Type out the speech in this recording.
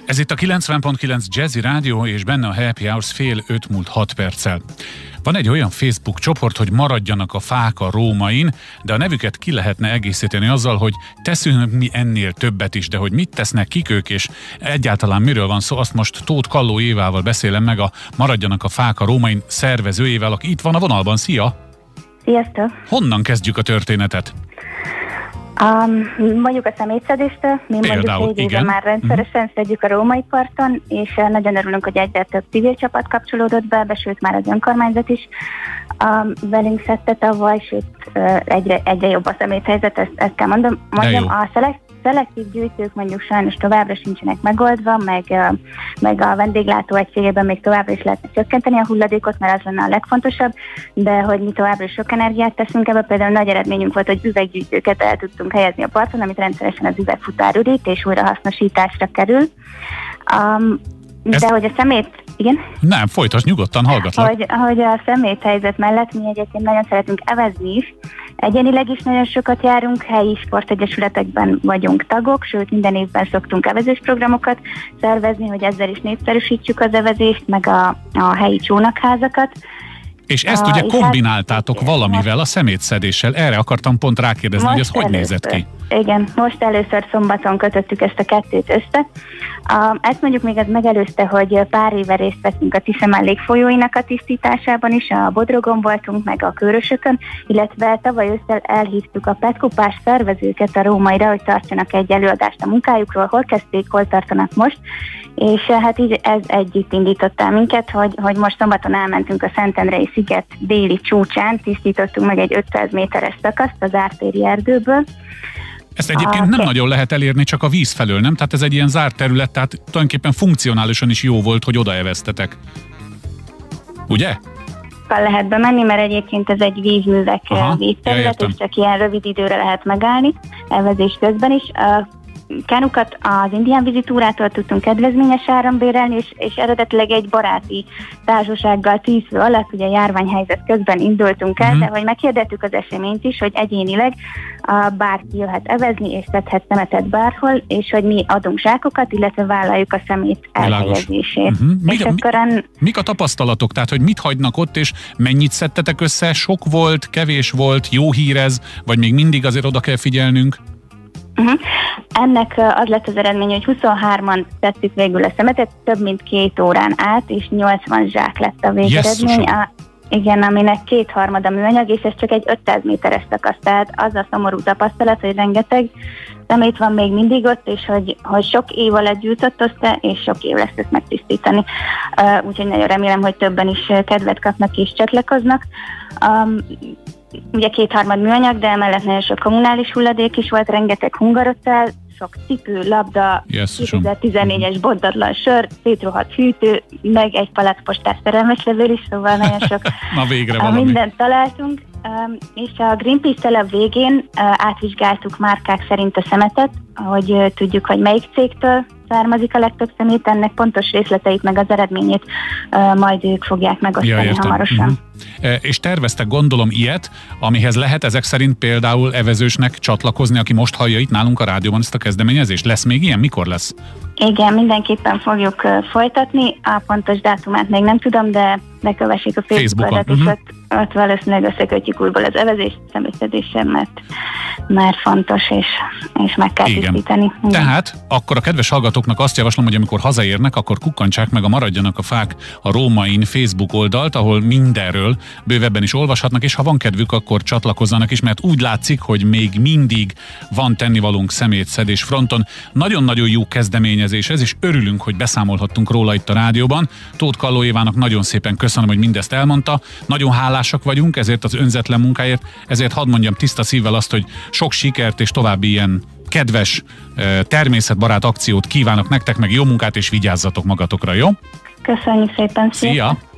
Ez itt a 90.9 Jazzy Rádió, és benne a Happy Hours 4:05 Van egy olyan Facebook csoport, hogy maradjanak a fák a Rómain, de a nevüket ki lehetne egészíteni azzal, hogy teszünk mi ennél többet is, de hogy mit tesznek, kik ők, és egyáltalán miről van szó, azt most Tóth Kalló Évával beszélem meg, a Maradjanak a fák a Rómain szervezőjével, aki itt van a vonalban. Szia! Sziasztok! Honnan kezdjük a történetet? Mondjuk a szemétszedéstől, mi Például, mondjuk 4 éve már rendszeresen szedjük a római parton, és nagyon örülünk, hogy egyre több civil csapat kapcsolódott be, sőt már az önkormányzat is velünk szedte tavaly, sőt egyre jobb a szeméthelyzet, ezt kell mondjam. A szelektív gyűjtők mondjuk sajnos továbbra sincsenek megoldva, meg a vendéglátó egységében még továbbra is lehetne csökkenteni a hulladékot, mert az lenne a legfontosabb, de hogy mi továbbra is sok energiát teszünk ebbe, például nagy eredményünk volt, hogy üveggyűjtőket el tudtunk helyezni a parton, amit rendszeresen az üvegfutár ürít, és újrahasznosításra kerül. De hogy a szemét... Igen? Nem, folytasd, nyugodtan, hallgatlak. Hogy a szeméthelyzet mellett mi egyébként nagyon szeretünk evezni is. Egyenileg is nagyon sokat járunk, helyi sportegyesületekben vagyunk tagok, sőt minden évben szoktunk evezős programokat szervezni, hogy ezzel is népszerűsítsük az evezést, meg a helyi csónakházakat. És ezt ugye kombináltátok valamivel, a szemétszedéssel. Erre akartam pont rákérdezni, hogy ez hogy nézett ki? Igen, most először szombaton kötöttük ezt a kettőt össze. Ezt mondjuk még ez megelőzte, hogy pár éve részt veszünk a Tisza mellékfolyóinak a tisztításában is, a Bodrogon voltunk, meg a Körösökön, illetve tavaly ősszel elhívtuk a Petkupás szervezőket a Rómaira, hogy tartsanak egy előadást a munkájukról, hol kezdték, hol tartanak most, és hát így ez együtt indított el minket, hogy most szombaton elmentünk a Szentendrei sziget déli csúcsán, tisztítottunk meg egy 500 méteres szakaszt az Ártéri erdőből. Ezt egyébként nem nagyon lehet elérni, csak a víz felől, nem? Tehát ez egy ilyen zárt terület, tehát tulajdonképpen funkcionálisan is jó volt, hogy odaeveztetek. Ugye? Lehet bemenni, mert egyébként ez egy vízművek vízterület, és csak ilyen rövid időre lehet megállni, elvezés közben is. Kánukat az indián vizitúrától tudtunk kedvezményes áron bérelni, és eredetileg egy baráti társasággal 10 fő alatt, ugye járványhelyzet közben indultunk el, de hogy meghirdettük az eseményt is, hogy egyénileg bárki jöhet evezni, és szedhet szemetet bárhol, és hogy mi adunk zsákokat, illetve vállaljuk a szemét elhelyezését. Mik a tapasztalatok? Tehát, hogy mit hagynak ott, és mennyit szedtetek össze? Sok volt, kevés volt, jó hír ez, vagy még mindig azért oda kell figyelnünk? Ennek az lett az eredmény, hogy 23-an tettük végül a szemetet, több mint 2 órán át, és 80 zsák lett a végeredmény. Igen, aminek 2/3 műanyag, és ez csak egy 500 méteres szakasz, tehát az a szomorú tapasztalat, hogy rengeteg szemét van még mindig ott, és hogy sok év alatt gyűjtött össze, és sok év lesz ezt megtisztítani. Úgyhogy nagyon remélem, hogy többen is kedvet kapnak és csatlakoznak. Ugye 2/3 műanyag, de emellett nagyon sok kommunális hulladék is volt, rengeteg hungarocell, sok cipő, labda, 2014-es bontatlan sör, szétrohadt hűtő, meg egy palackpostás szerelmeslevél is, szóval nagyon sok mindent találtunk. És a Greenpeace-tel a végén átvizsgáltuk márkák szerint a szemetet, hogy tudjuk, hogy melyik cégtől származik a legtöbb szemét, ennek pontos részleteit meg az eredményét majd ők fogják megosztani hamarosan. És terveztek, gondolom, ilyet, amihez lehet ezek szerint például evezősnek csatlakozni, aki most hallja itt nálunk a rádióban ezt a kezdeményezést? Lesz még ilyen? Mikor lesz? Igen, mindenképpen fogjuk folytatni. A pontos dátumát még nem tudom, de kövessék a Facebookot, és ott valószínűleg összekötjük újból az evezést, szemétszedéssel, mert fontos, és meg kell tisztítani. Tehát akkor a kedves hallgatóknak azt javaslom, hogy amikor hazaérnek, akkor kukkantsák meg a Maradjanak a fák a Rómain Facebook oldalt, ahol mindenről bővebben is olvashatnak, és ha van kedvük, akkor csatlakozzanak is, mert úgy látszik, hogy még mindig van tennivalónk szemétszedés fronton. Nagyon-nagyon jó kezdeményezés ez, és örülünk, hogy beszámolhattunk róla itt a rádióban. Tóth Kalló Évának nagyon szépen köszönöm, hogy mindezt elmondta. Nagyon hálásak vagyunk ezért az önzetlen munkáért, ezért hadd mondjam tiszta szívvel azt, hogy sok sikert és további ilyen kedves, természetbarát akciót kívánok nektek, meg jó munkát, és vigyázzatok magatokra, jó? Köszönjük szépen! Szia!